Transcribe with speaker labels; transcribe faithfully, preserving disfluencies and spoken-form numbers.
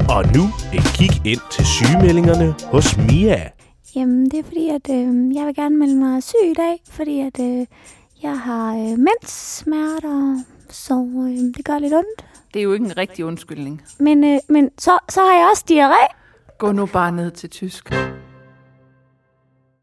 Speaker 1: Og nu et kig ind til sygemeldingerne hos Mia.
Speaker 2: Jamen, det er fordi, at øh, jeg vil gerne melde mig syg i dag, fordi at øh, jeg har øh, menssmerter, så øh, det gør lidt ondt.
Speaker 3: Det er jo ikke en rigtig undskyldning.
Speaker 2: Men, øh, men så, så har jeg også diarré.
Speaker 3: Gå nu bare ned til tysk.